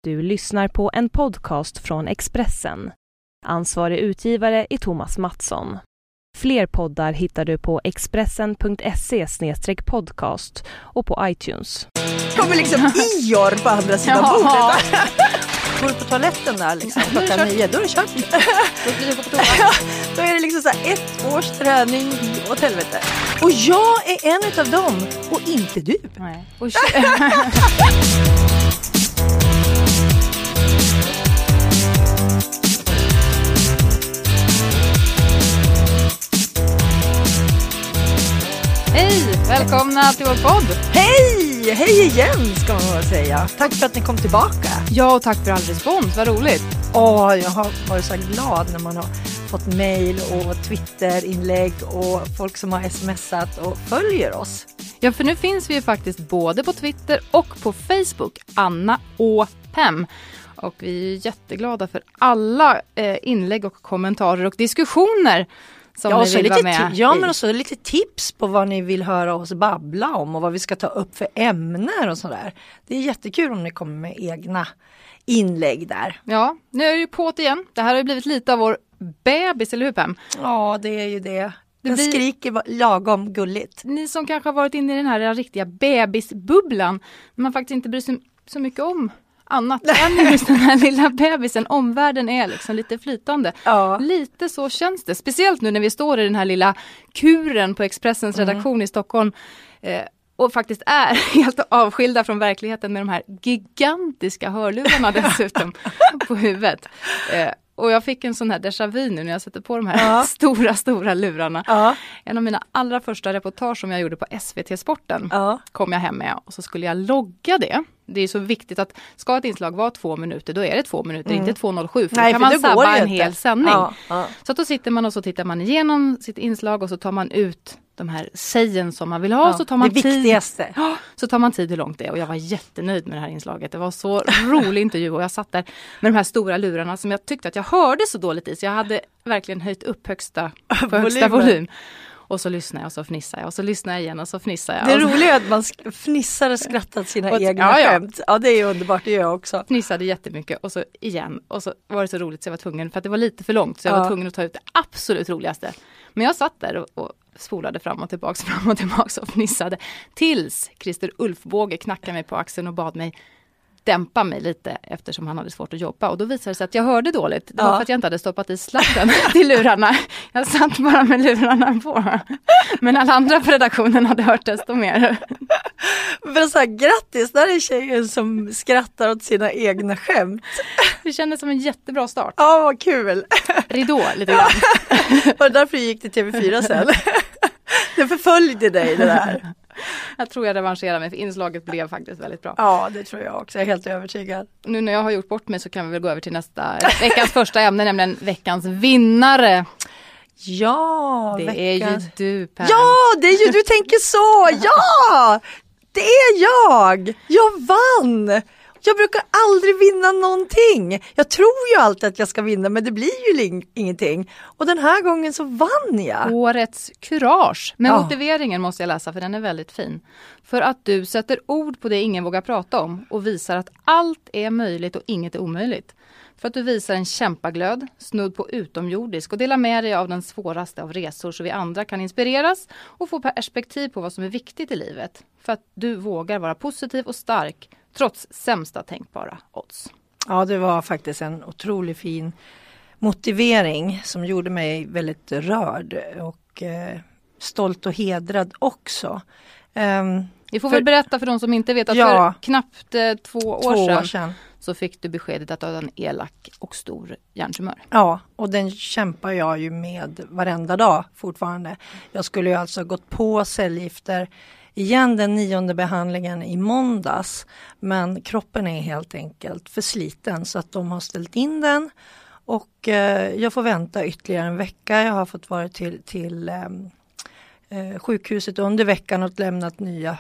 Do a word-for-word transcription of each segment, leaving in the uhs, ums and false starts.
Du lyssnar på en podcast från Expressen. Ansvarig utgivare är Thomas Mattsson. Fler poddar hittar du på expressen punkt se slash podcast och på iTunes. Kommer liksom Ior på andra sidan ja. bordet. Går på toaletten där liksom klockan nio, då är det kört. Ja, då är det liksom så här ett års träning åt helvete. Och jag är en utav dem och inte du. Nej. Och Hej! Välkomna till vår podd! Hej! Hej igen ska man väl säga. Tack för att ni kom tillbaka. Ja, och tack för all respons. Vad roligt. Åh, jag har varit så glad när man har fått mejl och Twitterinlägg och folk som har smsat och följer oss. Ja, för nu finns vi ju faktiskt både på Twitter och på Facebook. Anna och Pem. Och vi är jätteglada för alla eh, inlägg och kommentarer och diskussioner som ja, ni vill lite vara med Ja, i. men också lite tips på vad ni vill höra oss babbla om och vad vi ska ta upp för ämnen och sådär. Det är jättekul om ni kommer med egna inlägg där. Ja, nu är det ju på igen. Det här har ju blivit lite av vår bebis, eller hur Pem? Ja, det är ju det. Den det blir... skriker lagom gulligt. Ni som kanske har varit inne i den här riktiga bebisbubblan, men man faktiskt inte bryr sig så mycket om annat än just den här lilla bebisen. Omvärlden är liksom lite flytande. Ja. Lite så känns det. Speciellt nu när vi står i den här lilla kuren på Expressens redaktion mm. i Stockholm. Eh, och faktiskt är helt avskilda från verkligheten med de här gigantiska hörlurarna dessutom på huvudet. Eh, och jag fick en sån här déjà vu nu när jag sätter på de här ja. stora, stora lurarna. Ja. En av mina allra första reportage som jag gjorde på S V T-sporten ja. kom jag hem med. Och så skulle jag logga det. Det är så viktigt att ska ett inslag vara två minuter, då är det två minuter, mm. inte två noll sju. För Nej, då kan för man sabba en hel sändning. Ja, ja. Så att då sitter man och så tittar man igenom sitt inslag och så tar man ut de här sägen som man vill ha. Ja, så tar man det tid, viktigaste. Så tar man tid hur långt det är. Och jag var jättenöjd med det här inslaget. Det var så rolig intervju och jag satt där med de här stora lurarna som jag tyckte att jag hörde så dåligt i. Så jag hade verkligen höjt upp högsta, på högsta volym. Och så lyssnar jag och så fnissar jag. Och så lyssnar jag igen och så fnissar jag. Det roliga är att man fnissar och skrattar åt sina och, egna ja, ja. skämt. Ja, det är underbart. Det gör jag också. Fnissade jättemycket. Och så igen. Och så var det så roligt så jag var tvungen. För att det var lite för långt. Så jag ja. var tvungen att ta ut det absolut roligaste. Men jag satt där och, och spolade fram och tillbaka, fram och tillbaka och fnissade. Tills Christer Ulfbåge knackade mig på axeln och bad mig dämpa mig lite eftersom han hade svårt att jobba. Och då visade det sig att jag hörde dåligt. Det var ja. för att jag inte hade stoppat i sladden till lurarna. Jag satt bara med lurarna på. Men alla andra på redaktionen hade hört desto mer. Men så här, grattis, där är tjejen som skrattar åt sina egna skämt. Det kändes som en jättebra start. Ja, vad kul. Ridå lite grann. Var det därför du gick till T V fyra sen? Det förföljde dig det där. Jag tror jag revanscherar mig för inslaget blev faktiskt väldigt bra. Ja, det tror jag också. Jag är helt övertygad. Nu när jag har gjort bort mig så kan vi väl gå över till nästa veckans första ämne, nämligen veckans vinnare. Ja, det veckans... är ju du, Per. Ja, det är ju du tänker så. Ja, det är jag. Jag vann. Jag brukar aldrig vinna någonting. Jag tror ju alltid att jag ska vinna, men det blir ju ling- ingenting. Och den här gången så vann jag. Årets kurage. Men ja. motiveringen måste jag läsa för den är väldigt fin. För att du sätter ord på det ingen vågar prata om och visar att allt är möjligt och inget är omöjligt. För att du visar en kämpaglöd, snudd på utomjordisk och delar med dig av den svåraste av resor så vi andra kan inspireras och få perspektiv på vad som är viktigt i livet. För att du vågar vara positiv och stark trots sämsta tänkbara odds. Ja, det var faktiskt en otroligt fin motivering som gjorde mig väldigt rörd och eh, stolt och hedrad också. Um, Vi får för, väl berätta för de som inte vet att ja, för knappt eh, två, år, två sedan år sedan så fick du beskedet att du hade en elak och stor hjärntumör. Ja, och den kämpar jag ju med varenda dag fortfarande. Jag skulle ju alltså gått på cellgifter igen den nionde behandlingen i måndags. Men kroppen är helt enkelt för sliten så att de har ställt in den. Och eh, jag får vänta ytterligare en vecka. Jag har fått vara till, till eh, sjukhuset under veckan och lämnat nya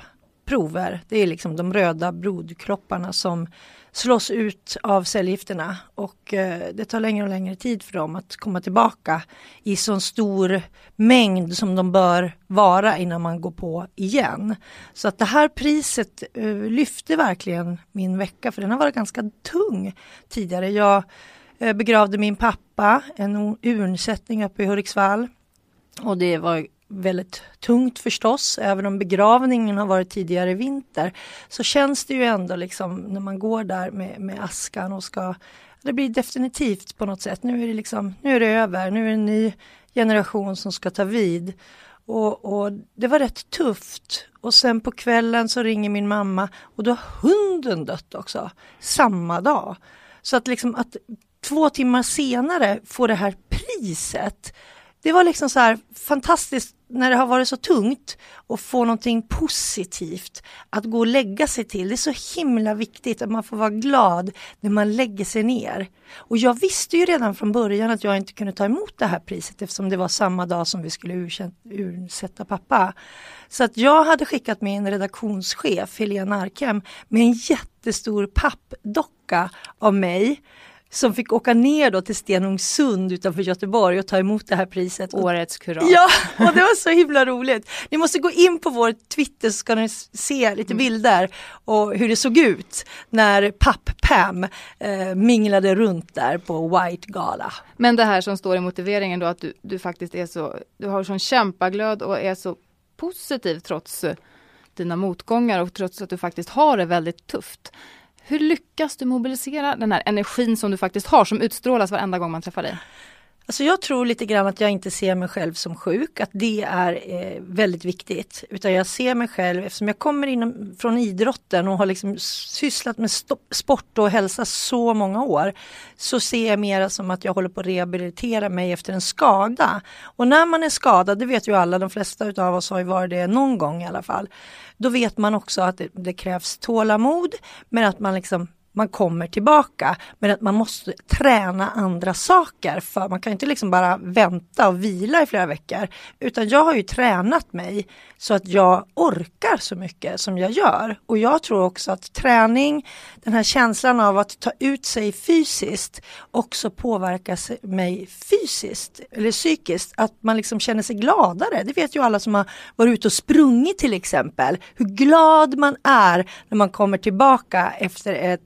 prover. Det är liksom de röda blodkropparna som slås ut av cellgifterna och eh, det tar längre och längre tid för dem att komma tillbaka i så stor mängd som de bör vara innan man går på igen. Så att det här priset eh, lyfte verkligen min vecka, för den har varit ganska tung tidigare. Jag eh, begravde min pappa, en urnsättning uppe i Hudiksvall, och det var väldigt tungt förstås. Även om begravningen har varit tidigare i vinter, så känns det ju ändå liksom när man går där med, med askan och ska, det blir definitivt på något sätt. Nu är det liksom, nu är det över, nu är det en ny generation som ska ta vid. Och, och det var rätt tufft. Och sen på kvällen så ringer min mamma och då har hunden dött också samma dag. Så att liksom att två timmar senare få det här priset, det var liksom så här fantastiskt när det har varit så tungt att få någonting positivt att gå och lägga sig till. Det är så himla viktigt att man får vara glad när man lägger sig ner. Och jag visste ju redan från början att jag inte kunde ta emot det här priset eftersom det var samma dag som vi skulle ursätta pappa. Så att jag hade skickat med en redaktionschef, Helena Arkem, med en jättestor pappdocka av mig, som fick åka ner då till Stenungsund utanför Göteborg och ta emot det här priset. Årets kurage. Ja, och det var så himla roligt. Ni måste gå in på vår Twitter så ska ni se lite Mm. bilder och hur det såg ut när Papp-Pam eh, minglade runt där på White Gala. Men det här som står i motiveringen då, att du, du faktiskt är så, du har sån kämpaglöd och är så positiv trots dina motgångar och trots att du faktiskt har det väldigt tufft. Hur lyckas du mobilisera den här energin som du faktiskt har, som utstrålas varenda gång man träffar dig? Alltså jag tror lite grann att jag inte ser mig själv som sjuk, att det är eh, väldigt viktigt. Utan jag ser mig själv, eftersom jag kommer in från idrotten och har liksom sysslat med st- sport och hälsa så många år, så ser jag mer som att jag håller på att rehabilitera mig efter en skada. Och när man är skadad, det vet ju alla, de flesta av oss har ju varit det någon gång i alla fall. Då vet man också att det, det krävs tålamod, men att man liksom man kommer tillbaka, men att man måste träna andra saker, för man kan inte liksom bara vänta och vila i flera veckor, utan jag har ju tränat mig så att jag orkar så mycket som jag gör. Och jag tror också att träning, den här känslan av att ta ut sig fysiskt, också påverkar mig fysiskt eller psykiskt, att man liksom känner sig gladare. Det vet ju alla som har varit ute och sprungit till exempel, hur glad man är när man kommer tillbaka efter ett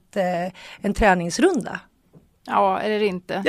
en träningsrunda. Ja, eller inte.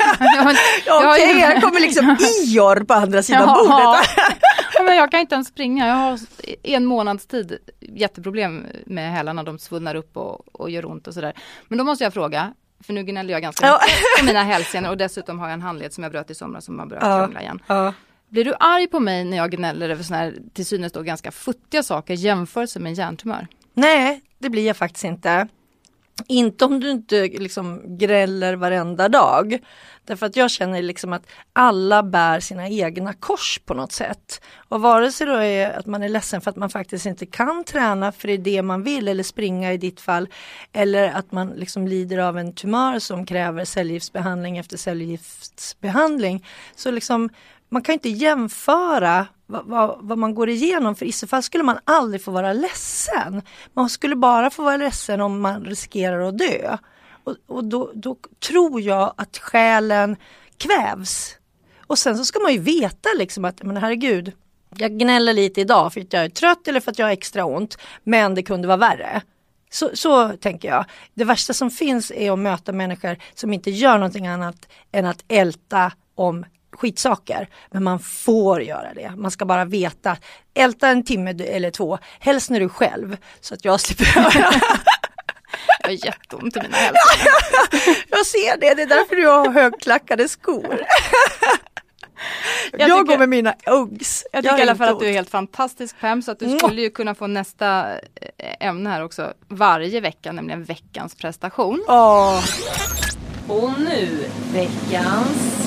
Okej, okay, jag kommer liksom Ior på andra sidan ja, bordet. Ja, men jag kan inte ens springa. Jag har en månads tid jätteproblem med hälarna. De svullnar upp och, och gör ont och sådär. Men då måste jag fråga, för nu gnäller jag ganska mycket på mina hälsenor och dessutom har jag en handled som jag bröt i somras som har börjat ja, krångla igen. Ja. Blir du arg på mig när jag gnäller över såna här till synes då ganska futtiga saker jämfört med en hjärntumör? Nej, det blir jag faktiskt inte. Inte om du inte liksom gräller varenda dag. Därför att jag känner liksom att alla bär sina egna kors på något sätt. Och vare sig då är att man är ledsen för att man faktiskt inte kan träna för det är det man vill, eller springa i ditt fall. Eller att man liksom lider av en tumör som kräver cellgiftsbehandling efter cellgiftsbehandling. Så liksom man kan inte jämföra vad, vad, vad man går igenom, för i så fall skulle man aldrig få vara ledsen. Man skulle bara få vara ledsen om man riskerar att dö. Och, och då, då tror jag att själen kvävs. Och sen så ska man ju veta liksom att, men herregud, jag gnäller lite idag för att jag är trött eller för att jag har extra ont, men det kunde vara värre. Så, så tänker jag. Det värsta som finns är att möta människor som inte gör någonting annat än att älta om skitsaker, men man får göra det. Man ska bara veta, älta en timme eller två, helst när du själv, så att jag slipper höra. Jag har jätteont i mina hälsor. Jag ser det, det är därför du har högklackade skor. Jag, jag tycker, går med mina Uggs. Jag tycker jag i alla fall att du är helt fantastisk, Pam, så att du mm. skulle ju kunna få nästa ämne här också varje vecka, nämligen veckans prestation. Oh. Och nu veckans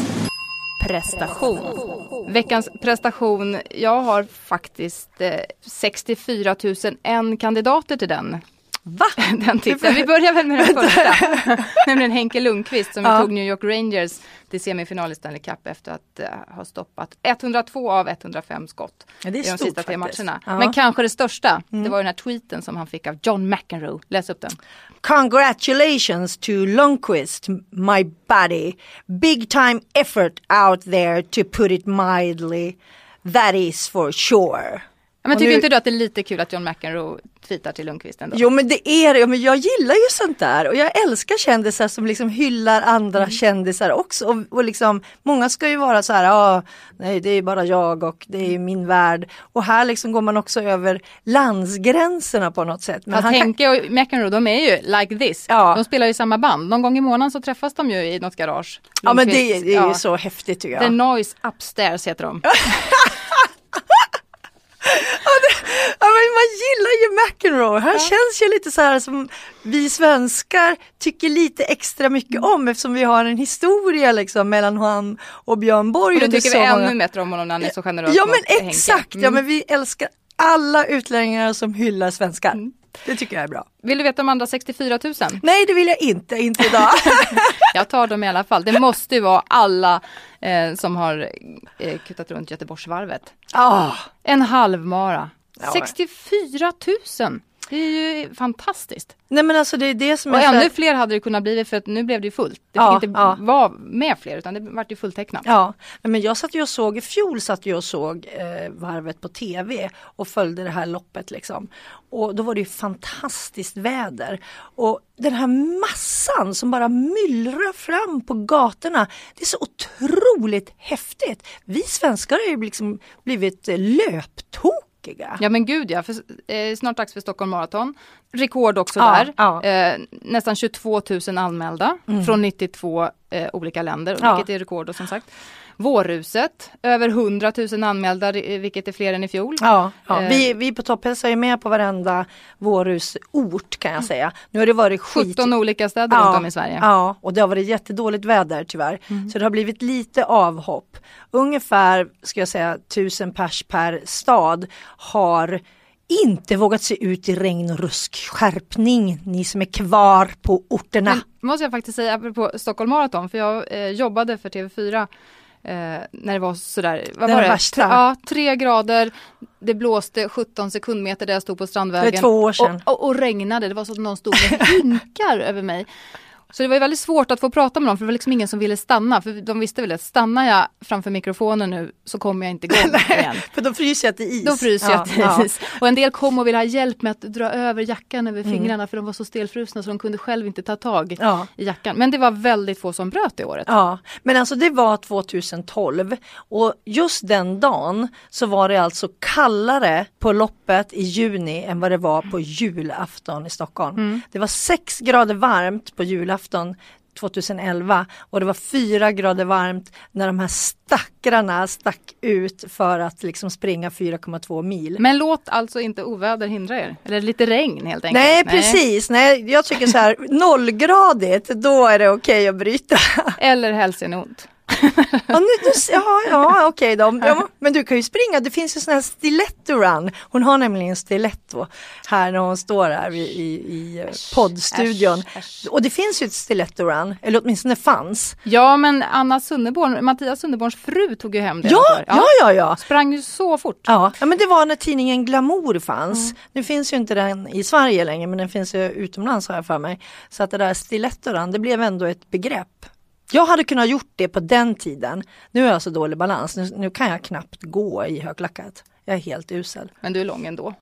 prestation. Veckans prestation, jag har faktiskt eh, sextiofyra tusen en kandidater till den. Va? Den tipsen. Vi börjar väl med den första. Nämligen Henke Lundqvist som ja. tog New York Rangers till semifinal i Stanley Cup efter att uh, ha stoppat etthundratvå av etthundrafem skott ja, det är i de stort, sista tre faktiskt. matcherna. Ja. Men kanske det största, mm. det var den här tweeten som han fick av John McEnroe. Läs upp den. Congratulations to Lundqvist, my buddy. Big time effort out there to put it mildly. That is for sure. Ja, men tycker nu... inte du att det är lite kul att John McEnroe tweetar till Lundqvist ändå? Jo, men det är det. Men jag gillar ju sånt där. Och jag älskar kändisar som liksom hyllar andra mm. kändisar också. Och, och liksom, många ska ju vara så här, ja, nej det är bara jag och det är min värld. Och här liksom går man också över landsgränserna på något sätt. Men Fast han Henke kan... och McEnroe, de är ju like this. Ja. De spelar ju samma band. Någon gång i månaden så träffas de ju i något garage. Lundqvist, ja, men det, det är ja. ju så häftigt tycker jag. The Noise Upstairs heter de. Ja, det, ja, men man gillar ju McEnroe. Han ja. känns ju lite så här som vi svenskar tycker lite extra mycket mm. om, eftersom vi har en historia liksom mellan han och Björn Borg. Och du tycker vi många... ännu bättre om honom när han är så generös. Ja, men exakt. Mm. Ja, men vi älskar alla utlänningar som hyllar svenskar. Mm. Det tycker jag är bra. Vill du veta de andra sextiofyra tusen? Nej, det vill jag inte, inte idag. Jag tar dem i alla fall. Det måste ju vara alla eh, som har eh, kuttat runt Göteborgsvarvet. Oh. En halvmara. Ja, sextiofyra tusen. Det är ju fantastiskt. Nej, men alltså det är det som och är ännu så... fler hade det kunnat bli, för att nu blev det ju fullt. Det ja, fick inte ja. vara med fler, utan det var ju fulltecknat. Ja, men jag satt ju och såg, i fjol satt jag och såg eh, varvet på tv och följde det här loppet liksom. Och då var det ju fantastiskt väder. Och den här massan som bara myllrar fram på gatorna, det är så otroligt häftigt. Vi svenskar har ju liksom blivit löptog. Ja, men gud ja, för, eh, snart dags för Stockholm Marathon. Rekord också ja, där. Ja. Eh, nästan tjugotvå tusen anmälda mm. från nittiotvå eh, olika länder, ja. vilket är rekord då, som sagt. Vårruset, över hundra tusen anmälda, vilket är fler än i fjol. Ja, ja. Eh. Vi, vi på Topphälsa är med på varenda vårrusort kan jag säga. Nu har det varit skit... sjutton olika städer ja, runt om i Sverige. Ja, och det har varit jättedåligt väder tyvärr. Mm. Så det har blivit lite avhopp. Ungefär, ska jag säga, tusen pers per stad har inte vågat se ut i regn och rusk. Skärpning, ni som är kvar på orterna. Men måste jag faktiskt säga, apropå Stockholm Marathon, för jag eh, jobbade för T V fyra eh, när det var sådär, vad Den var det? värsta. Ja, tre grader, det blåste sjutton sekundmeter där jag stod på Strandvägen. Det är två år sedan. Och, och, och regnade, det var så att någon stod med hinkar över mig. Så det var ju väldigt svårt att få prata med dem, för det var liksom ingen som ville stanna. För de visste väl att stannar jag framför mikrofonen nu så kommer jag inte igång igen. För då fryser jag till is. Då fryser ja, jag till ja. is. Och en del kom och ville ha hjälp med att dra över jackan över Mm. fingrarna, för de var så stelfrusna så de kunde själv inte ta tag ja. i jackan. Men det var väldigt få som bröt det året. Ja, men alltså det var tjugohundratolv och just den dagen så var det alltså kallare på loppet i juni än vad det var på julafton i Stockholm. Mm. Det var sex grader varmt på julafton tjugoelva och det var fyra grader varmt när de här stackarna stack ut för att liksom springa fyra komma två mil. Men låt alltså inte oväder hindra er? Eller lite regn helt enkelt? Nej, Nej. precis. Nej, jag tycker så här, nollgradigt, då är det okej att bryta. Eller hälsen ont. Ja, nu, du, ja, ja okej då. Ja, men du kan ju springa, det finns ju sån här stiletto run. Hon har nämligen stiletto här när hon står här i, i, i poddstudion. Äsch, äsch. Och det finns ju ett stiletto run, eller åtminstone fanns. Ja, men Anna Sunneborn, Mattias Sunneborns fru tog ju hem det. Ja, ja, ja, ja. Sprang ju så fort. Ja, ja, men det var när tidningen Glamour fanns. Mm. Nu finns ju inte den i Sverige längre, men den finns ju utomlands har jag för mig. Så att det där stiletto run, det blev ändå ett begrepp. Jag hade kunnat gjort det på den tiden. Nu är jag så dålig balans. Nu, nu kan jag knappt gå i högklackat. Jag är helt usel. Men du är lång ändå.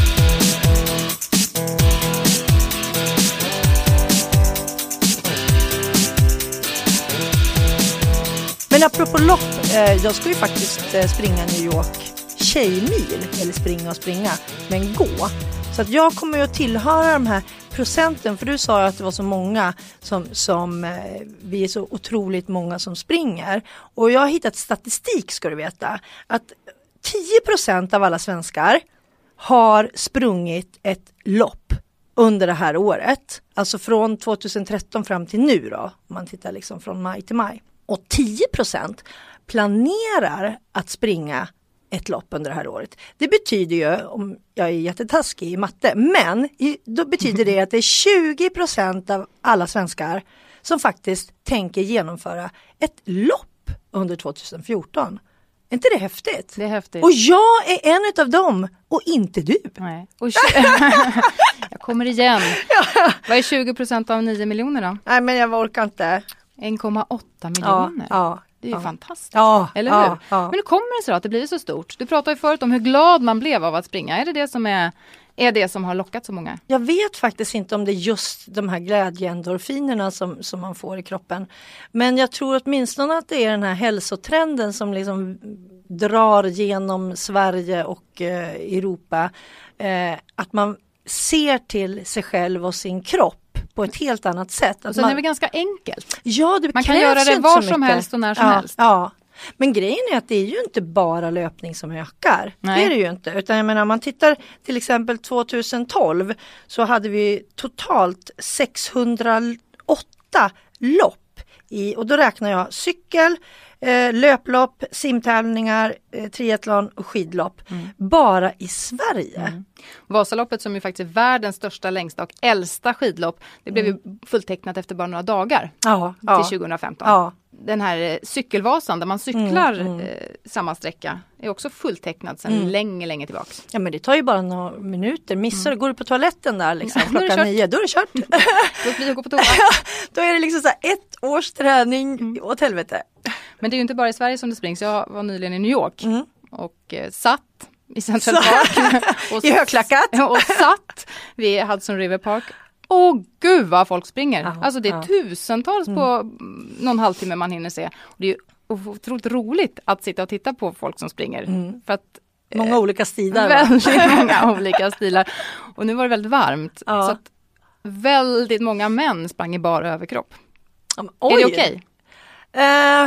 Men apropå lopp, eh, jag ska ju faktiskt eh, springa New York tjejmil. Eller springa och springa, men gå. Så att jag kommer ju att tillhöra de här procenten, för du sa att det var så många som, som eh, vi är så otroligt många som springer. Och jag har hittat statistik, ska du veta, att tio procent av alla svenskar har sprungit ett lopp under det här året. Alltså från tjugotretton fram till nu då, om man tittar liksom från maj till maj. Och tio procent planerar att springa ett lopp under det här året. Det betyder ju, om jag är jättetaskig i matte, men i, då betyder det att det är tjugo procent av alla svenskar som faktiskt tänker genomföra ett lopp under tjugohundrafjorton. Är inte det häftigt? Det är häftigt. Och jag är en av dem och inte du. Nej. Och jag kommer igen. Ja. Vad är tjugo procent av nio miljoner då? Nej, men jag orkar inte. en komma åtta miljoner. Ja, ja, det är ju ja. fantastiskt. Ja, eller ja, hur? Ja. Men hur kommer det sig då att det blir så stort? Du pratade ju förut om hur glad man blev av att springa. Är det det som är, är det som har lockat så många? Jag vet faktiskt inte om det är just de här glädjeendorfinerna som, som man får i kroppen. Men jag tror åtminstone att det är den här hälsotrenden som liksom drar genom Sverige och eh, Europa. Eh, att man ser till sig själv och sin kropp på ett helt annat sätt. Och sen man, är det ganska enkelt. Ja, det man kan krävs göra det inte var så som mycket. helst och när som ja, helst. Ja. Men grejen är att det är ju inte bara löpning som ökar. Nej. Det är det ju inte. Utan jag menar, om man tittar till exempel tjugohundratolv så hade vi totalt sexhundraåtta lopp. I, och då räknar jag cykel, eh, löplopp, simtävlingar, eh, triathlon och skidlopp. Mm. Bara i Sverige. Mm. Vasaloppet som ju faktiskt är världens största, längsta och äldsta skidlopp. Det blev mm. ju fulltecknat efter bara några dagar. Ja, till ja. tjugohundrafemton. Ja. Den här eh, cykelvasan där man cyklar mm, mm. eh, samma sträcka är också fulltecknad sedan mm. länge, länge tillbaks. Ja, men det tar ju bara några minuter. Missar mm. du, går du på toaletten där liksom, ja, klockan nio, då är det kört. Då blir det gå på toa. Då är det liksom så här ett års träning mm. åt helvete. Men det är ju inte bara i Sverige som det springs. Jag var nyligen i New York mm. och eh, satt i Central så. Park. och I högklackat. Och satt vid Hudson River Park. Åh gud vad folk springer. Ja, alltså det är ja. tusentals mm. på någon halvtimme man hinner se. Och det är ju otroligt roligt att sitta och titta på folk som springer. Mm. För att, många eh, olika stilar. Väldigt många olika stilar. Och nu var det väldigt varmt. Ja. Så att väldigt många män sprang i bara överkropp. Um, är det okej? Okay? Uh,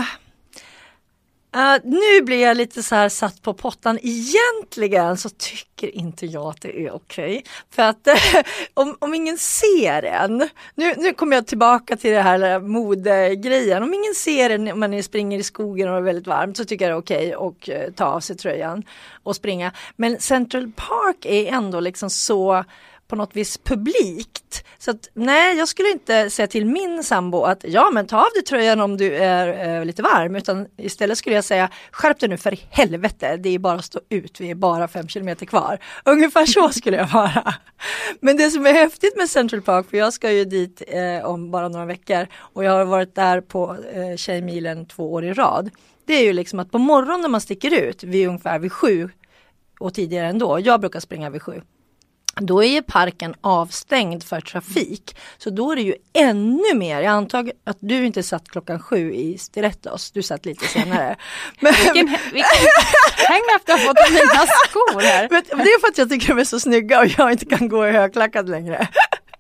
uh, nu blir jag lite så här satt på pottan. Egentligen så tycker inte jag att det är okej. Okay. För att uh, om, om ingen ser en. Nu, nu kommer jag tillbaka till det här modegrejen. Om ingen ser en om man springer i skogen och det är väldigt varmt så tycker jag det är okej okay att uh, ta av sig tröjan och springa. Men Central Park är ändå liksom så på något vis publikt. Så att nej, jag skulle inte säga till min sambo att ja, men ta av dig tröjan om du är eh, lite varm, utan istället skulle jag säga skärp dig nu för i helvete, det är bara att stå ut, vi är bara fem kilometer kvar. Ungefär så skulle jag vara. Men det som är häftigt med Central Park, för jag ska ju dit eh, om bara några veckor och jag har varit där på eh, Tjejmilen två år i rad. Det är ju liksom att på morgonen när man sticker ut, vi är ungefär vid sju och tidigare ändå, jag brukar springa vid sju. Då är parken avstängd för trafik. Så då är det ju ännu mer. Jag antar att du inte satt klockan sju i Stilettos. Du satt lite senare. Men, vilken, vilken häng efter att ha fått mina skor här. Men, det är för att jag tycker de är så snygga och jag inte kan gå i högklackat längre.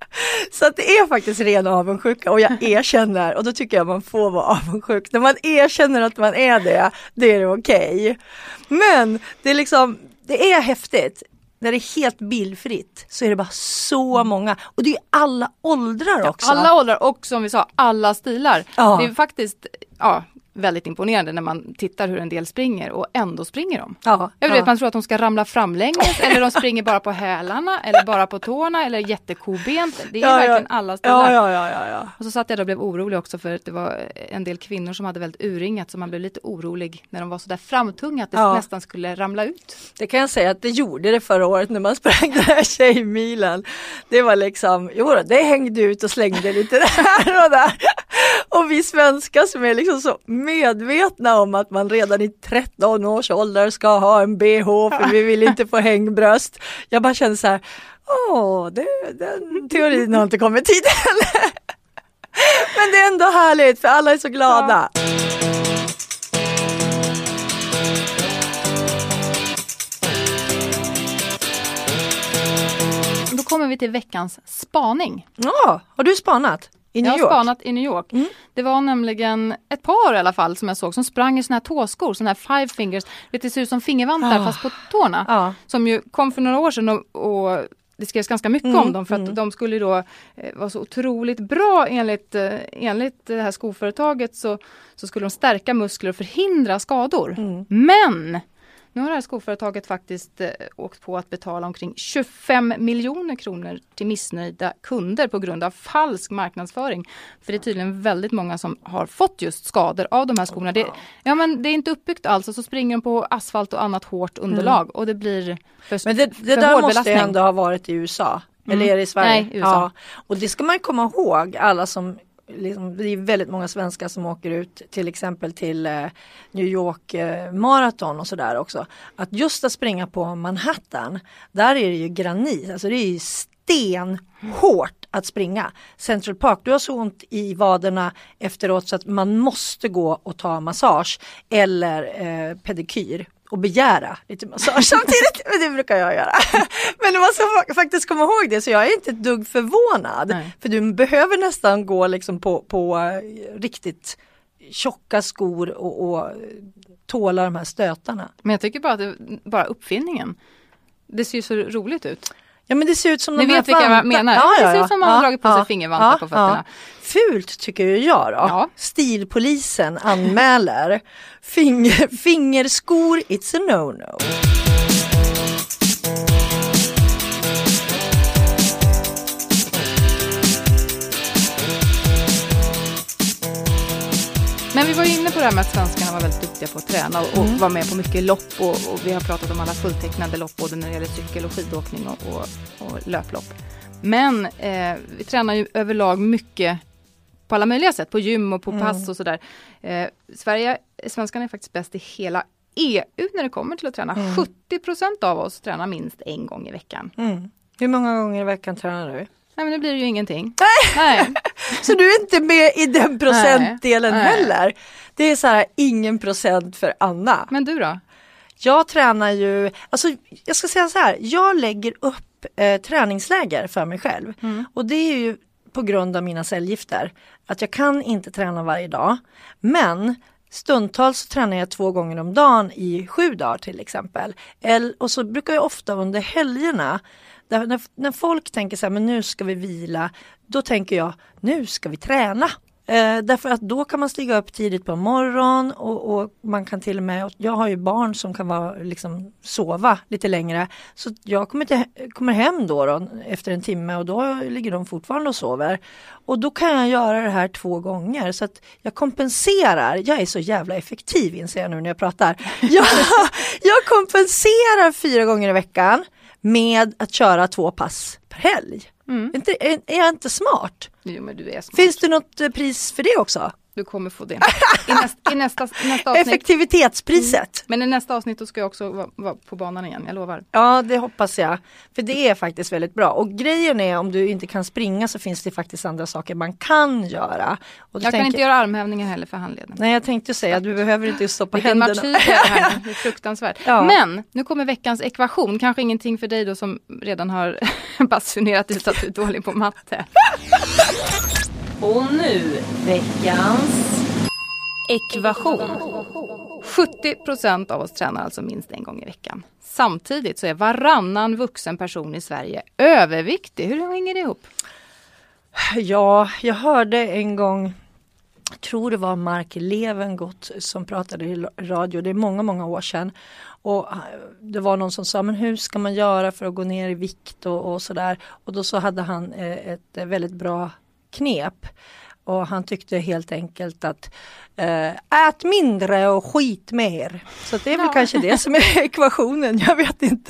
Så att det är faktiskt ren avundsjuka och jag erkänner, och då tycker jag man får vara avundsjuk. När man erkänner att man är det, det är det okej. Men det är liksom, det är häftigt. När det är helt bilfritt så är det bara så många. Och det är alla åldrar också. Ja, alla åldrar och som vi sa, alla stilar. Ja. Det är faktiskt ja, väldigt imponerande när man tittar hur en del springer och ändå springer de. Ja, Jag vet, ja. man tror att de ska ramla framlänges eller de springer bara på hälarna eller bara på tårna eller jättekobent. Det är ja, verkligen ja. alla stilar. Ja, ja, ja, ja. Och så satt jag där och blev orolig också för att det var en del kvinnor som hade väldigt urringat, så man blev lite orolig när de var så där framtunga att det ja. nästan skulle ramla ut. Det kan jag säga att det gjorde det förra året när man sprang den här tjejmilen. Det var liksom, jo då, det hängde ut och slängde lite där och där. Och vi svenskar som är liksom så medvetna om att man redan i tretton års ålder ska ha en B H för vi vill inte få hängbröst. Jag bara kände så här, åh, det, den teorin har inte kommit hit heller. Men det är ändå härligt för alla är så glada. Ja. Då kommer vi till veckans spaning. Ja, har du spanat? I New York? Jag har spanat i New York. Mm. Det var nämligen ett par i alla fall som jag såg som sprang i såna här tåskor, såna här five fingers. Det ser ut som fingervantar oh. fast på tårna. Oh. Som ju kom för några år sedan och, och det skrevs ganska mycket mm. om dem för att mm. de skulle då eh, vara så otroligt bra enligt, eh, enligt det här skoföretaget så, så skulle de stärka muskler och förhindra skador. Mm. Men Nu har det här skoföretaget faktiskt eh, åkt på att betala omkring tjugofem miljoner kronor till missnöjda kunder på grund av falsk marknadsföring. För det är tydligen väldigt många som har fått just skador av de här skorna. Det, ja, men det är inte uppbyggt alls och så springer de på asfalt och annat hårt underlag mm. och det blir för, men det, det för där måste ändå ha varit i U S A. Mm. Eller är det i Sverige? Nej, U S A. Ja. Och det ska man komma ihåg, alla som liksom, det är väldigt många svenskar som åker ut till exempel till eh, New York eh, maraton och sådär också. Att just att springa på Manhattan, där är det ju granit, alltså det är ju stenhårt att springa. Central Park, du har så ont i vaderna efteråt så att man måste gå och ta massage eller eh, pedikyr. Och begära lite massage samtidigt. Men det brukar jag göra. Men du måste faktiskt komma ihåg det. Så jag är inte ett dugg förvånad. Nej. För du behöver nästan gå liksom på, på uh, riktigt tjocka skor och, och tåla de här stötarna. Men jag tycker bara att det, bara uppfinningen. Det ser ju så roligt ut. Ja, men det ser ut som Ni de vet vilka jag menar. Ja, ja, ja. Det ser ut som man har ja, dragit på sig ja, fingervantar ja, på fötterna. Ja. Fult tycker jag då. Ja. Stilpolisen anmäler finger, fingerskor, it's a no-no. Men vi var inne på det här med att svenskarna var väldigt duktiga på att träna och, och mm. var med på mycket lopp och, och vi har pratat om alla fulltecknade lopp både när det gäller cykel- och skidåkning och, och, och löplopp. Men eh, vi tränar ju överlag mycket på alla möjliga sätt, på gym och på pass mm. och sådär. Eh, Sverige, svenskarna är faktiskt bäst i hela E U när det kommer till att träna. Mm. sjuttio procent av oss tränar minst en gång i veckan. Mm. Hur många gånger i veckan tränar du? Nej, men det blir ju ingenting. Nej. Så du är inte med i den procentdelen Nej. heller. Det är så här, ingen procent för Anna. Men du då? Jag tränar ju, alltså jag ska säga så här, jag lägger upp eh, träningsläger för mig själv. Mm. Och det är ju på grund av mina cellgifter. Att jag kan inte träna varje dag. Men stundtals så tränar jag två gånger om dagen i sju dagar till exempel. El, och så brukar jag ofta under helgerna, där, när, när folk tänker så här, men nu ska vi vila, då tänker jag, nu ska vi träna. Eh, därför att då kan man stiga upp tidigt på morgon och, och man kan till och med, jag har ju barn som kan vara, liksom, sova lite längre. Så jag kommer, till, kommer hem då, då efter en timme och då ligger de fortfarande och sover. Och då kan jag göra det här två gånger så att jag kompenserar, jag är så jävla effektiv inser jag nu när jag pratar. Jag, jag kompenserar fyra gånger i veckan med att köra två pass per helg. Mm. Är, är, är jag inte smart? Jo, men du är smart. Finns det något eh, pris för det också? Du kommer få det. I, näst, i, nästa, i nästa avsnitt. Effektivitetspriset. Mm. Men i nästa avsnitt då ska jag också vara, vara på banan igen, jag lovar. Ja, det hoppas jag. För det är faktiskt väldigt bra. Och grejen är, om du inte kan springa så finns det faktiskt andra saker man kan göra. Och jag tänker, kan inte göra armhävningar heller för handleden. Nej, jag tänkte säga att du behöver inte stå på Vilken händerna. Vilken martyr det här. Det är fruktansvärt. Ja. Men nu kommer veckans ekvation. Kanske ingenting för dig då som redan har basunerat ut att du är dålig på matte. Och nu veckans ekvation. sjuttio procent av oss tränar alltså minst en gång i veckan. Samtidigt så är varannan vuxen person i Sverige överviktig. Hur hänger det ihop? Ja, jag hörde en gång, jag tror det var Mark Levengood som pratade i radio, det är många, många år sedan. Och det var någon som sa, men hur ska man göra för att gå ner i vikt och, och sådär. Och då så hade han ett väldigt bra knep. Och han tyckte helt enkelt att äh, ät mindre och skit mer. Så det är väl ja. kanske det som är ekvationen, jag vet inte.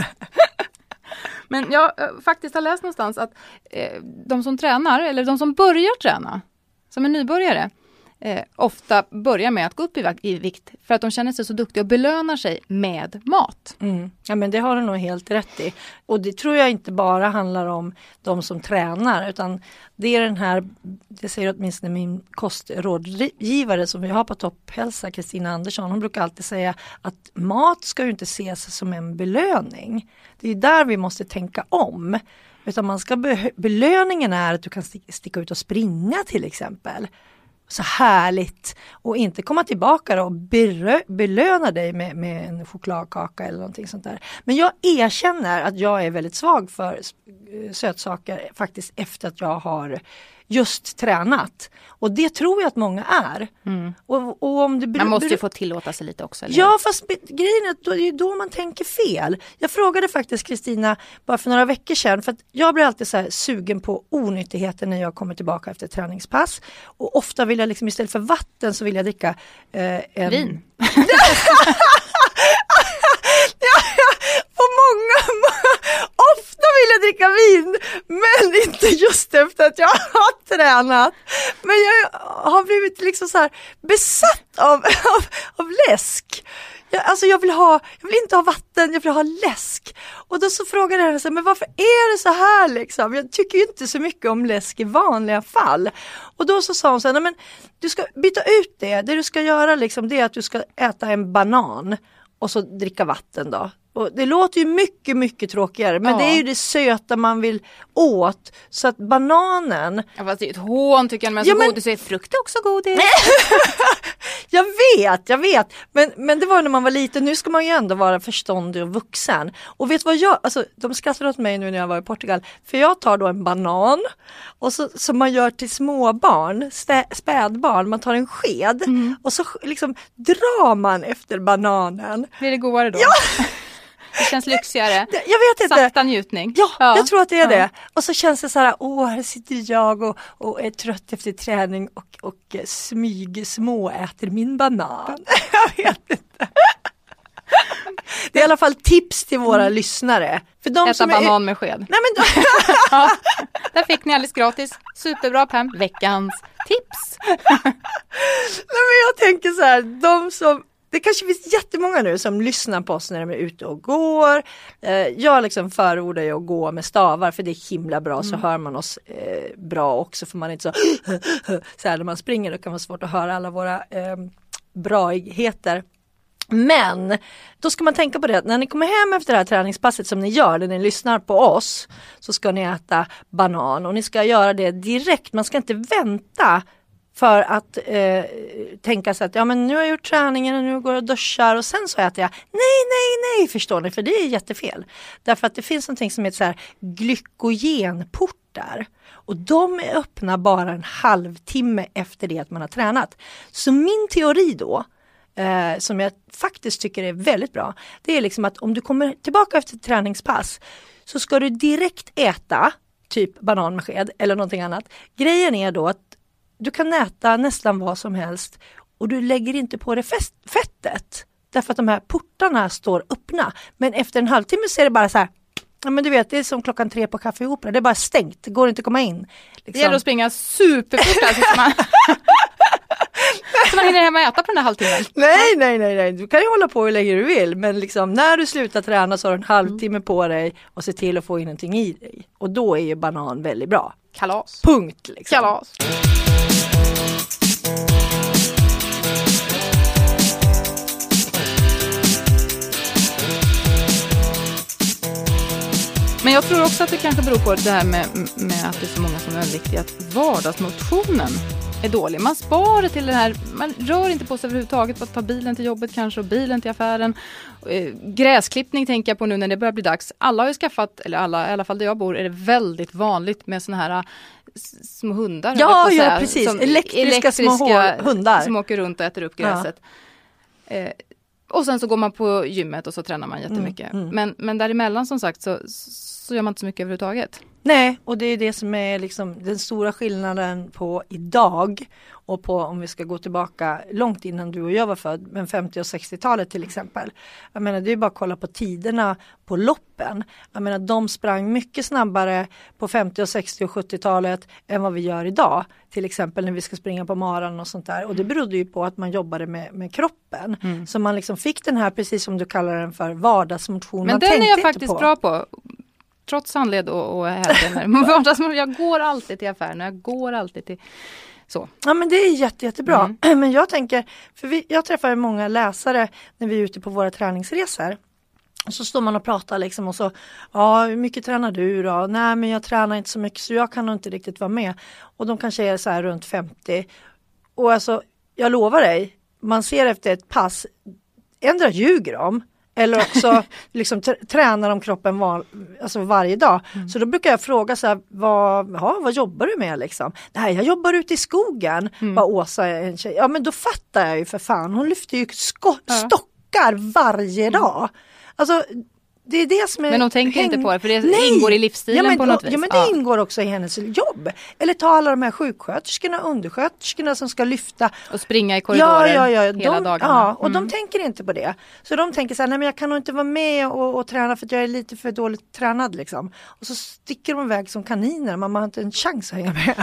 Men jag äh, faktiskt har läst någonstans att äh, de som tränar, eller de som börjar träna, som är nybörjare, Eh, ofta börjar med att gå upp i, i vikt för att de känner sig så duktiga och belönar sig med mat. Mm. Ja, men det har du nog helt rätt i. Och det tror jag inte bara handlar om de som tränar, utan det är den här, det säger åtminstone min kostrådgivare som vi har på Topphälsa, Kristina Andersson, hon brukar alltid säga att mat ska ju inte ses som en belöning. Det är där vi måste tänka om. Utan man ska be- belöningen är att du kan st- sticka ut och springa till exempel. Så härligt. Och inte komma tillbaka och berö- belöna dig med, med en chokladkaka eller någonting sånt där. Men jag erkänner att jag är väldigt svag för sötsaker faktiskt efter att jag har just tränat. Och det tror jag att många är. Mm. Och, och om det br- man måste ju br- få tillåta sig lite också. Eller? Ja, fast grejen är att då, det är då man tänker fel. Jag frågade faktiskt Kristina bara för några veckor sedan, för att jag blir alltid så här sugen på onyttigheter när jag kommer tillbaka efter träningspass. Och ofta vill jag liksom istället för vatten så vill jag dricka eh, en... Vin. ja, ja, på många, ofta vill jag dricka vin, men inte just efter att jag har tränat. Men jag har blivit liksom så här besatt av, av, av läsk. Jag, alltså jag vill ha, jag vill inte ha vatten, jag vill ha läsk. Och då så frågade jag henne, men varför är det så här liksom? Jag tycker ju inte så mycket om läsk i vanliga fall. Och då så sa hon så här, men du ska byta ut det. Det du ska göra liksom, det är att du ska äta en banan och så dricka vatten då. Och det låter ju mycket, mycket tråkigare. Men ja. det är ju det söta man vill åt. Så att bananen... Ja, fast det är ett hån tycker jag. Men ja, så men... godis är frukt är också godis. jag vet, jag vet. Men, men det var när man var liten. Nu ska man ju ändå vara förståndig och vuxen. Och vet vad jag... Alltså, de skrattar åt mig nu när jag var i Portugal. För jag tar då en banan. Och så som man gör till småbarn. Stä, spädbarn. Man tar en sked. Mm. Och så liksom drar man efter bananen. Blir det godare då? Ja! Det känns lyxigare. Jag vet inte. Sakta njutning. Ja, ja, jag tror att det är ja. det. Och så känns det så här, åh, här sitter jag och, och är trött efter träning och, och smyg små äter min banan. Jag vet inte. Det är i alla fall tips till våra mm. lyssnare. För de Äta som banan är... med sked. Nej, men då... ja, där fick ni alldeles gratis. Superbra Pam. Veckans tips. Nej, men jag tänker så här, de som... Det kanske finns jättemånga nu som lyssnar på oss när de är ute och går. Eh, jag liksom förordar ju att gå med stavar för det är himla bra. Mm. Så hör man oss eh, bra också. För man är inte så så här när man springer. Då kan vara svårt att höra alla våra eh, braigheter. Men då ska man tänka på det att när ni kommer hem efter det här träningspasset som ni gör när ni lyssnar på oss så ska ni äta banan och ni ska göra det direkt. Man ska inte vänta för att eh, tänka sig att ja, men nu har jag gjort träningen och nu går jag och duschar och sen så äter jag. Nej, nej, nej, förstår ni? För det är jättefel. Därför att det finns någonting som heter så här glykogenportar. Och de är öppna bara en halvtimme efter det att man har tränat. Så min teori då, eh, som jag faktiskt tycker är väldigt bra, det är liksom att om du kommer tillbaka efter ett träningspass så ska du direkt äta typ banan med sked eller någonting annat. Grejen är då att du kan äta nästan vad som helst och du lägger inte på det fettet. Därför att de här portarna står öppna. Men efter en halvtimme så är det bara så här. Ja, men du vet, det är som klockan tre på Café Opera. Det är bara stängt. Det går inte att komma in. Liksom. Det gäller att springa superfort där, så man, så man hinner hem och äta på den här halvtimmen. Nej, nej, nej, nej. Du kan ju hålla på hur länge du vill. Men liksom, när du slutar träna så har du en halvtimme på dig och se till att få in någonting i dig. Och då är ju banan väldigt bra. Kalas. Punkt. Liksom. Kalas. Men jag tror också att det kanske beror på det här med, med att det är så många som är överviktiga, att vardagsmotionen är dålig. Man sparar till det här, man rör inte på sig överhuvudtaget, bara ta bilen till jobbet kanske och bilen till affären. Eh, gräsklippning tänker jag på nu när det börjar bli dags. Alla har ju skaffat, eller alla, i alla fall där jag bor, är det väldigt vanligt med såna här små hundar. Ja, ja säga, precis. Som elektriska, elektriska små hundar. Som åker runt och äter upp gräset. Ja. Eh, och sen så går man på gymmet och så tränar man jättemycket. Mm, mm. Men, men däremellan som sagt så, så gör man inte så mycket överhuvudtaget. Nej, och det är det som är liksom den stora skillnaden på idag och på, om vi ska gå tillbaka långt innan du och jag var född, men femtio- och sextiotalet till exempel. Jag menar, det är bara att kolla på tiderna på loppen. Jag menar, de sprang mycket snabbare på femtio-, sextio- och sjuttiotalet än vad vi gör idag. Till exempel när vi ska springa på maran och sånt där. Och det berodde ju på att man jobbade med, med kroppen. Mm. Så man liksom fick den här, precis som du kallar den för, vardagsmotion. Men man den är jag faktiskt på. bra på. Trots handled och, och hälften. Jag går alltid till affären. Jag går alltid till... Så. Ja, men det är jätte, jättebra. Mm. Men jag tänker, för vi, jag träffar många läsare när vi är ute på våra träningsresor. Och så står man och pratar liksom och så, ja, hur mycket tränar du då? Nej, men jag tränar inte så mycket så jag kan nog inte riktigt vara med. Och de kanske är så här runt femtio. Och alltså, jag lovar dig, man ser efter ett pass, ändra ljuger de. Eller också liksom, t- tränar de kroppen var, alltså varje dag. Mm. Så då brukar jag fråga så här, vad, ja, vad jobbar du med liksom? Nej, jag jobbar ute i skogen. Mm. Bara Åsa är en tjej. Ja, men då fattar jag ju för fan. Hon lyfter ju sko- ja. stockar varje dag. Alltså, det är det som är... Men hon tänker häng... inte på det, för det Nej. ingår i livsstilen ja, men, på något vis. Ja, men det ja. ingår också i hennes jobb. Eller ta alla de här sjuksköterskorna, undersköterskorna som ska lyfta. Och springa i korridorer ja, ja, ja. hela de, dagarna. Ja, och mm. de tänker inte på det. Så de tänker så här, nej men jag kan nog inte vara med och, och träna för att jag är lite för dåligt tränad liksom. Och så sticker de iväg som kaniner, man har inte en chans att hänga med.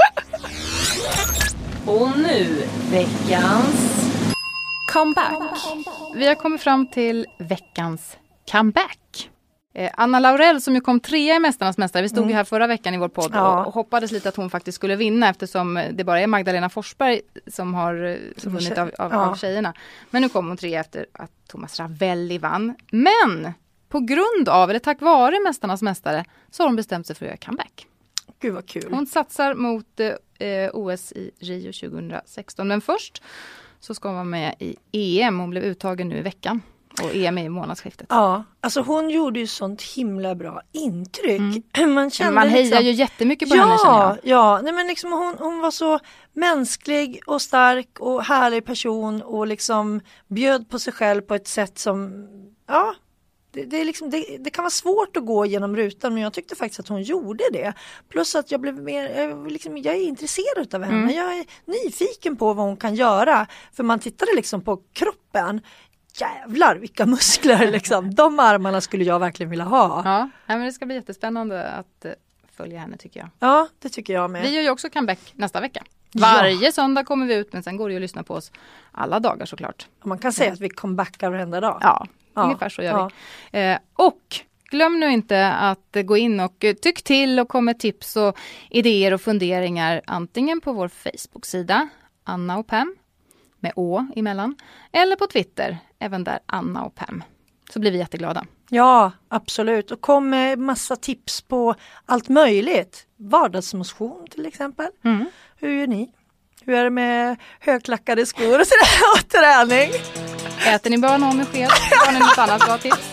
Och nu, veckans comeback. Vi har kommit fram till veckans comeback. Eh, Anna Laurell som ju kom trea i Mästarnas mästare. Vi stod mm. ju här förra veckan i vår podd ja. och, och hoppades lite att hon faktiskt skulle vinna, eftersom det bara är Magdalena Forsberg som har som vunnit av, av, ja. av tjejerna. Men nu kom hon trea efter att Thomas Ravelli vann. Men på grund av, eller tack vare Mästarnas mästare, så har hon bestämt sig för att göra comeback. Gud vad kul. Hon satsar mot eh, O S i Rio tjugohundrasexton. Men först så ska hon vara med i E M. Hon blev uttagen nu i veckan. Och E M är i månadsskiftet. Ja, alltså hon gjorde ju sånt himla bra intryck. Mm. Man kände Man hejar liksom, ju jättemycket på ja, henne, känner jag. Ja, nej men liksom hon, hon var så mänsklig och stark och härlig person och liksom bjöd på sig själv på ett sätt som, ja, det, det, är liksom, det, det kan vara svårt att gå genom rutan, men jag tyckte faktiskt att hon gjorde det. Plus att jag blev mer, jag, liksom, jag är intresserad av henne. Mm. Jag är nyfiken på vad hon kan göra. För man tittade liksom på kroppen. Jävlar vilka muskler liksom. De armarna skulle jag verkligen vilja ha. Ja, men det ska bli jättespännande att följa henne, tycker jag. Ja, det tycker jag med. Vi gör ju också comeback nästa vecka. Varje ja. söndag kommer vi ut, men sen går det ju att lyssna på oss alla dagar såklart. Man kan säga ja. att vi comebackar varenda dag. Ja, ja. ungefär så gör ja. vi. Eh, och glöm nu inte att gå in och tyck till och kom med tips och idéer och funderingar antingen på vår Facebook-sida Anna och Pam med Å emellan, eller på Twitter, även där Anna och Pam. Så blir vi jätteglada. Ja, absolut. Och kom med massa tips på allt möjligt. Vardagsmotion till exempel. Mm. Hur gör ni? Hur är det med högklackade skor och, och träning? Äter ni banan med sked? Har ni något annat bra tips?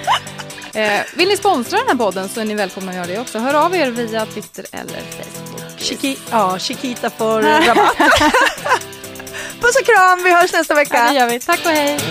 Eh, vill ni sponsra den här podden så är ni välkomna att göra det också. Hör av er via Twitter eller Facebook. Chiqui- ja, Chiquita får rabatt. Puss och kram, vi hörs nästa vecka. Ja, det gör vi. Tack och hej.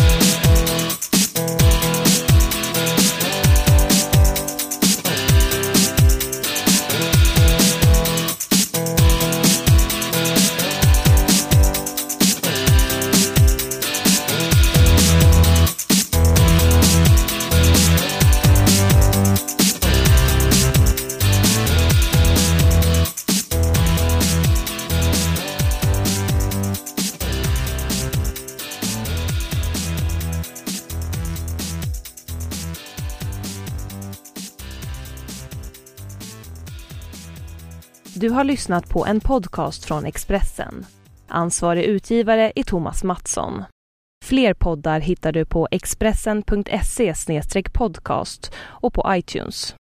Du har lyssnat på en podcast från Expressen. Ansvarig utgivare är Thomas Mattsson. Fler poddar hittar du på expressen punkt se slash podcast och på iTunes.